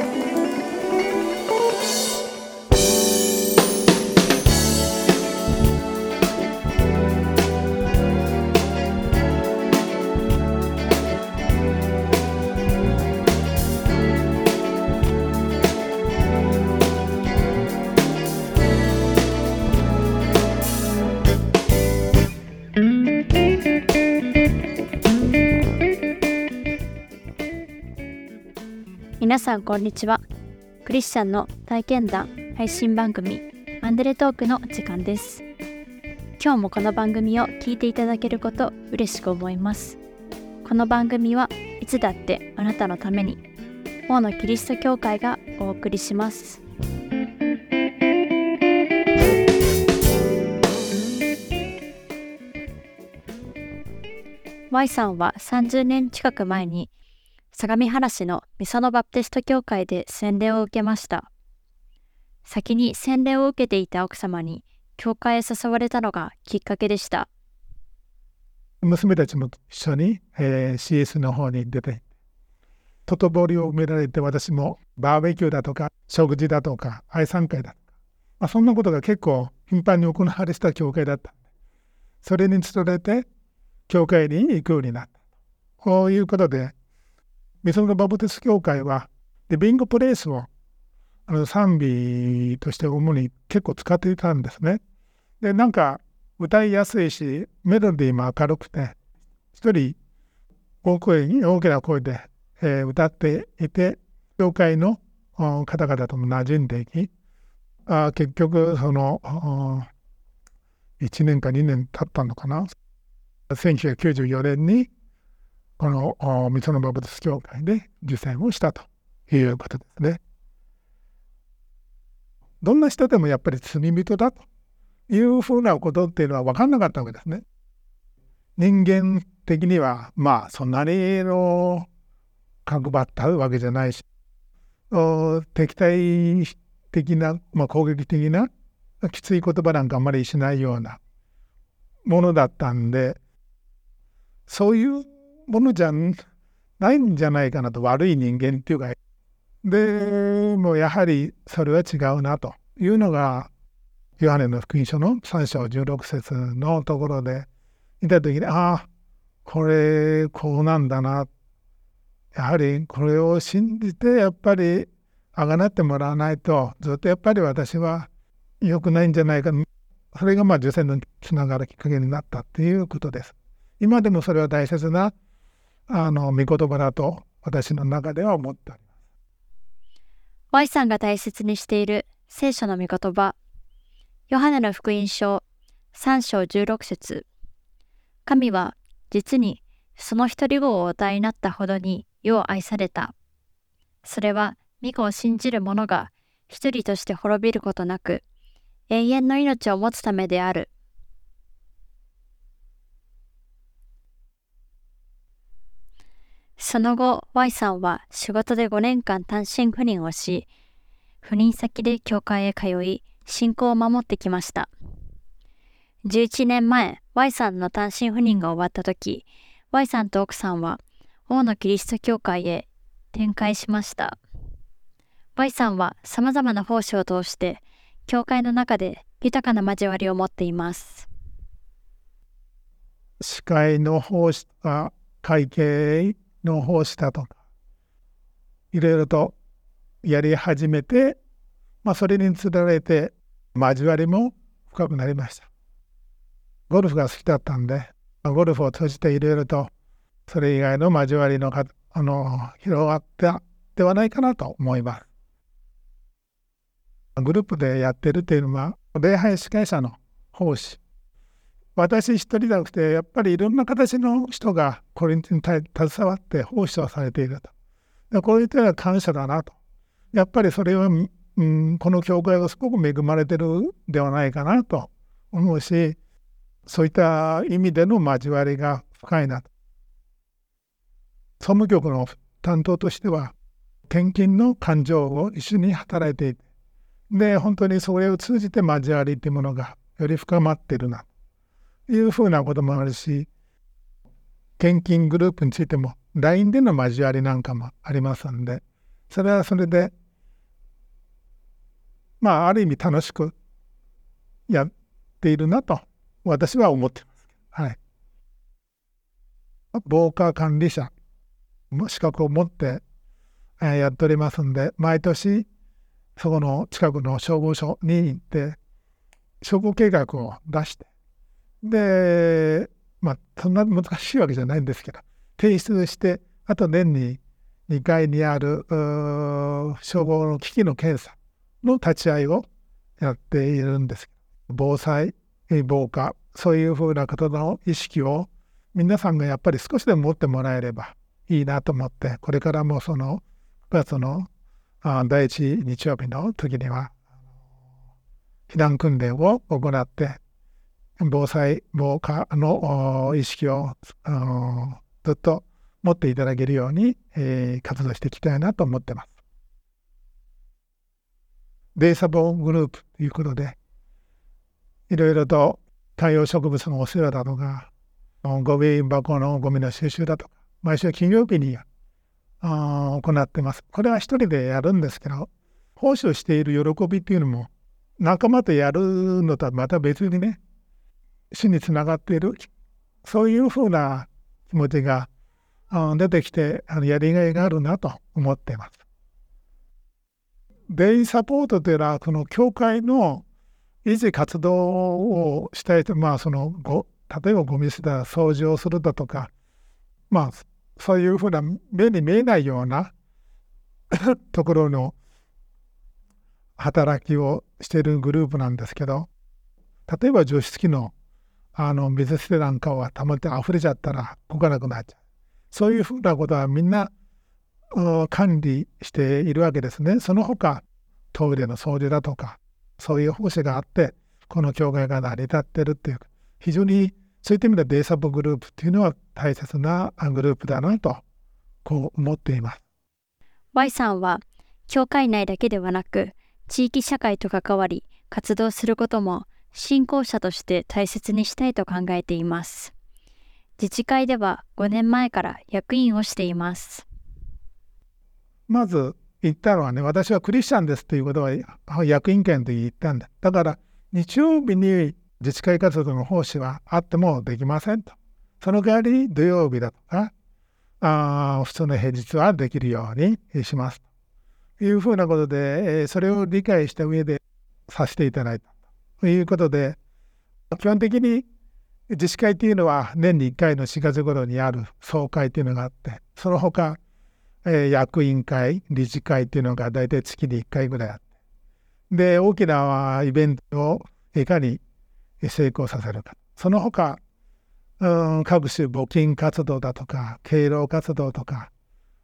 皆さんこんにちは。クリスチャンの体験談配信番組マンデレトークの時間です。今日もこの番組を聞いていただけること嬉しく思います。この番組はいつだってあなたのために王のキリスト教会がお送りします。Y さんは30年近く前に相模原市の御園バプテスト教会で洗礼を受けました。先に洗礼を受けていた奥様に教会へ誘われたのがきっかけでした。 娘たちも一緒に、CS の方に出て、外堀を埋められて、私もバーベキューだとか食事だとか愛餐会だとか、そんなことが結構頻繁に行われてた教会だった。それにつられて教会に行くようになった。こういうことで御園バプテスト教会はリビングプレイスを賛美として主に結構使っていたんですね。で、なんか歌いやすいしメロディーも明るくて、一人大きな声で、歌っていて、教会の方々とも馴染んでいき、結局その1年か2年経ったのかな、1994年にこの御園バプテスト教会で受洗をしたということですね。どんな人でもやっぱり罪人だというふうなことっていうのは分かんなかったわけですね。人間的にはそんなに角張ったわけじゃないし、敵対的な、攻撃的なきつい言葉なんかあんまりしないようなものだったんで、そういうものじゃないんじゃないかなと、悪い人間っていうか。でもやはりそれは違うなというのがヨハネの福音書の3章16節のところで見た時に、これこうなんだな、やはりこれを信じてやっぱりあがなってもらわないとずっとやっぱり私は良くないんじゃないか。それが受洗につながるきっかけになったっていうことです。今でもそれは大切な御言葉だと私の中では思っております。 Y さんが大切にしている聖書の御言葉、ヨハネの福音書3章16節、神は実にその一人子をお与えになったほどに世を愛された。それは御子を信じる者が一人として滅びることなく永遠の命を持つためである。その後、Y さんは仕事で5年間単身赴任をし、赴任先で教会へ通い、信仰を守ってきました。11年前、Y さんの単身赴任が終わった時、Y さんと奥さんは王のキリスト教会へ転会しました。Y さんはさまざまな奉仕を通して、教会の中で豊かな交わりを持っています。 司会の奉仕とか会計の奉仕だとかいろいろとやり始めて、それにつられて交わりも深くなりました。ゴルフが好きだったんで、ゴルフを通じていろいろとそれ以外の交わりの広がったではないかなと思います。グループでやってるっていうのは礼拝司会者の奉仕、私一人じゃなくてやっぱりいろんな形の人がこれに携わって奉仕をされていると。こういう点は感謝だなと。やっぱりそれは、この教会はすごく恵まれてるんではないかなと思うし、そういった意味での交わりが深いなと。総務局の担当としては献金の感情を一緒に働いていて、で本当にそれを通じて交わりというものがより深まっているなというふうなこともあるし、献金グループについても LINE での交わりなんかもありますので、 それはそれである意味楽しくやっているなと私は思っています。はい。防火管理者の資格を持って、やっておりますんで、毎年そこの近くの消防署に行って消防計画を出して、でそんな難しいわけじゃないんですけど提出して、あと年に2回にある消防の機器の検査の立ち会いをやっているんです。防災防火そういうふうなことの意識を皆さんがやっぱり少しでも持ってもらえればいいなと思って、これからもその9月の第一日曜日の時には避難訓練を行って防災防火の意識をずっと持っていただけるように、活動していきたいなと思ってます。デイサボグループということでいろいろと観葉植物のお世話だとかゴミ箱のゴミの収集だとか毎週金曜日に行ってます。これは一人でやるんですけど、奉仕をしている喜びっていうのも仲間とやるのとはまた別にね、主につながっている、そういうふうな気持ちが出てきてやりがいがあるなと思っています。デイサポートというのはこの教会の維持活動をしたいと、例えばゴミ捨てた掃除をするだとか、そういうふうな目に見えないようなところの働きをしているグループなんですけど、例えば除湿機の水捨てなんかはたまって溢れちゃったら動かなくなっちゃう。そういうふうなことはみんな管理しているわけですね。その他トイレの掃除だとかそういう奉仕があってこの教会が成り立ってるっていう、非常にそういった意味でデイサポグループっていうのは大切なグループだなとこう思っています。 Y さんは教会内だけではなく地域社会と関わり活動することも信仰者として大切にしたいと考えています。自治会では5年前から役員をしています。 まず言ったのはね、私はクリスチャンですということは役員権と言ったんだ。だから日曜日に自治会活動の奉仕はあってもできませんと。その代わりに土曜日だとか普通の平日はできるようにしますというふうなことで、それを理解した上でさせていただいたということで、基本的に自治会というのは年に1回の4月頃にある総会というのがあって、その他、役員会理事会というのが大体月に1回ぐらいあって、で大きなイベントをいかに成功させるか、その他各種募金活動だとか敬老活動とか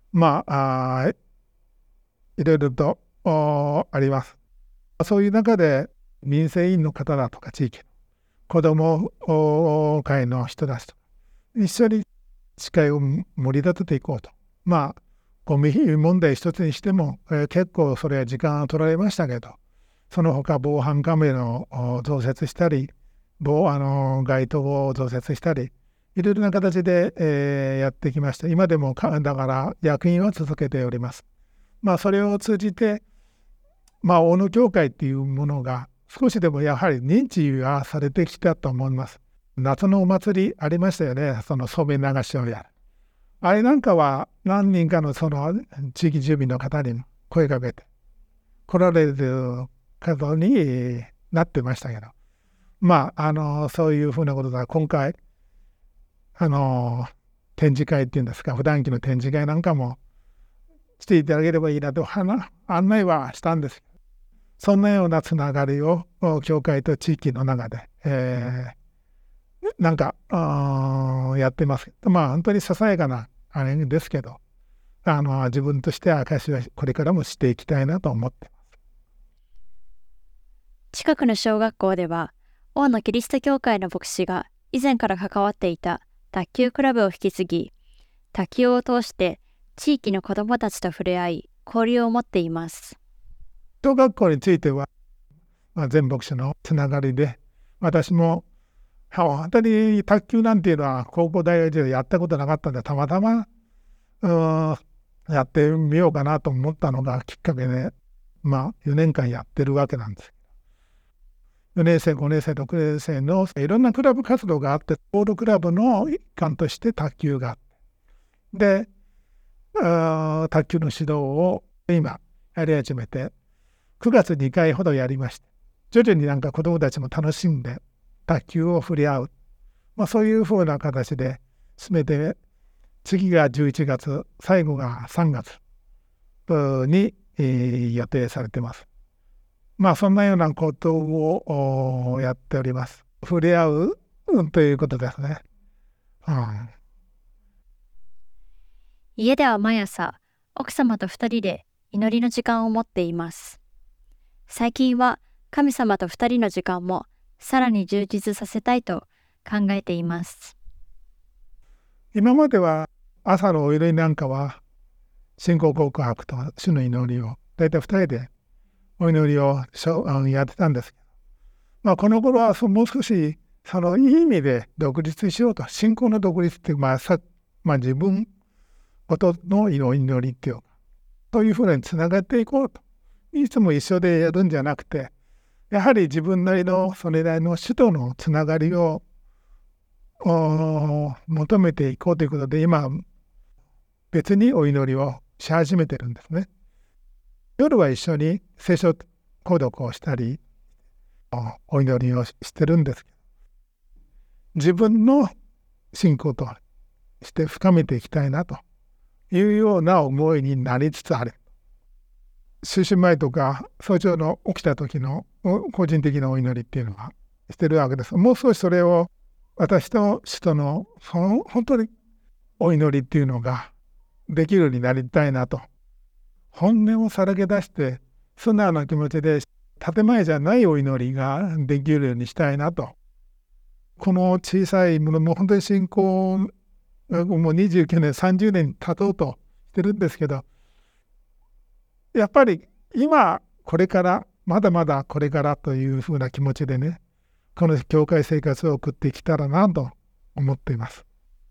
いろいろとあります。そういう中で民生委員の方だとか地域の子ども会の人たちと一緒に司会を盛り立てていこうと。ゴミ問題一つにしても、結構それは時間が取られましたけど、その他防犯カメラを増設したり街灯を増設したりいろいろな形で、やってきました。今でもだから役員は続けております。それを通じて大野教会っていうものが少しでもやはり認知はされてきたと思います。夏のお祭りありましたよね。その染め流しをやる。あれなんかは何人かのその地域住民の方に声かけて来られる方になってましたけど、そういうふうなことが今回展示会っていうんですか、普段着の展示会なんかもしていただければいいなと案内はしたんです。そんなようなつながりを教会と地域の中で、やってます。本当にささやかなあれですけど、自分としては私はこれからもしていきたいなと思ってます。 近くの小学校では大野キリスト教会の牧師が以前から関わっていた卓球クラブを引き継ぎ、卓球を通して地域の子どもたちと触れ合い交流を持っています。 小学校については、全牧師のつながりで、私も本当に卓球なんていうのは高校大学時代やったことなかったんで、たまたまやってみようかなと思ったのがきっかけで、4年間やってるわけなんです。4年生、5年生、6年生のいろんなクラブ活動があって、スポーツクラブの一環として卓球があって、で、卓球の指導を今やり始めて、9月2回ほどやりまして、徐々に子どもたちも楽しんで卓球を触れ合う、そういうふうな形で進めて、次が11月、最後が3月に、予定されています。そんなようなことをやっております。触れ合う、ということですね。 家では毎朝、奥様と2人で祈りの時間を持っています。最近は神様と2人の時間もさらに充実させたいと考えています。 今までは朝のお祈りなんかは信仰告白と主の祈りをだいたい2人でお祈りをやってたんですけど、この頃はもう少しいい意味で独立しようと、信仰の独立って自分ごとの祈りっていうか、そういうふうにつながっていこうと、いつも一緒でやるんじゃなくて、やはり自分なりのそれなりの主とのつながりを求めていこうということで、今別にお祈りをし始めてるんですね。夜は一緒に聖書購読をしたりお祈りをしてるんですけど、自分の信仰として深めていきたいなというような思いになりつつある。就寝前とか早朝の起きた時の個人的なお祈りっていうのはしてるわけです。もう少しそれを私と主との本当にお祈りっていうのができるようになりたいなと、本音をさらけ出して素直な気持ちで建前じゃないお祈りができるようにしたいなと。この小さいものも本当に信仰もう29年30年経とうとしてるんですけど、やっぱり今これからまだまだこれからというふうな気持ちでね、この教会生活を送ってきたらなと思っています。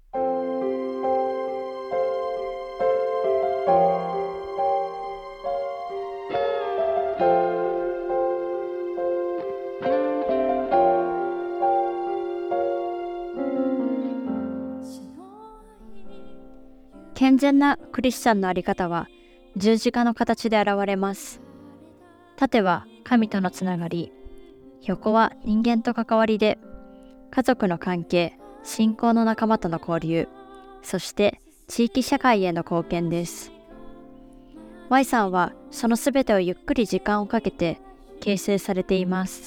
健全なクリスチャンのあり方は十字架の形で現れます。縦は神とのつながり、横は人間と関わりで、家族の関係、信仰の仲間との交流、そして地域社会への貢献です。Y さんはそのすべてをゆっくり時間をかけて形成されています。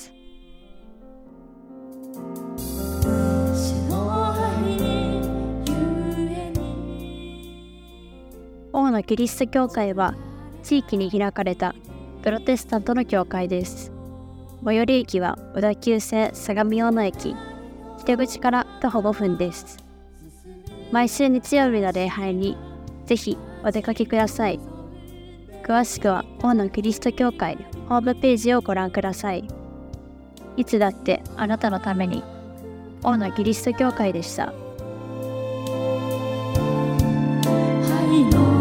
王のキリスト教会は地域に開かれたプロテスタントの教会です。最寄り駅は小田急線相模大野駅、北口から徒歩5分です。毎週日曜日の礼拝にぜひお出かけください。詳しくは王のキリスト教会ホームページをご覧ください。いつだってあなたのために、王のキリスト教会でした。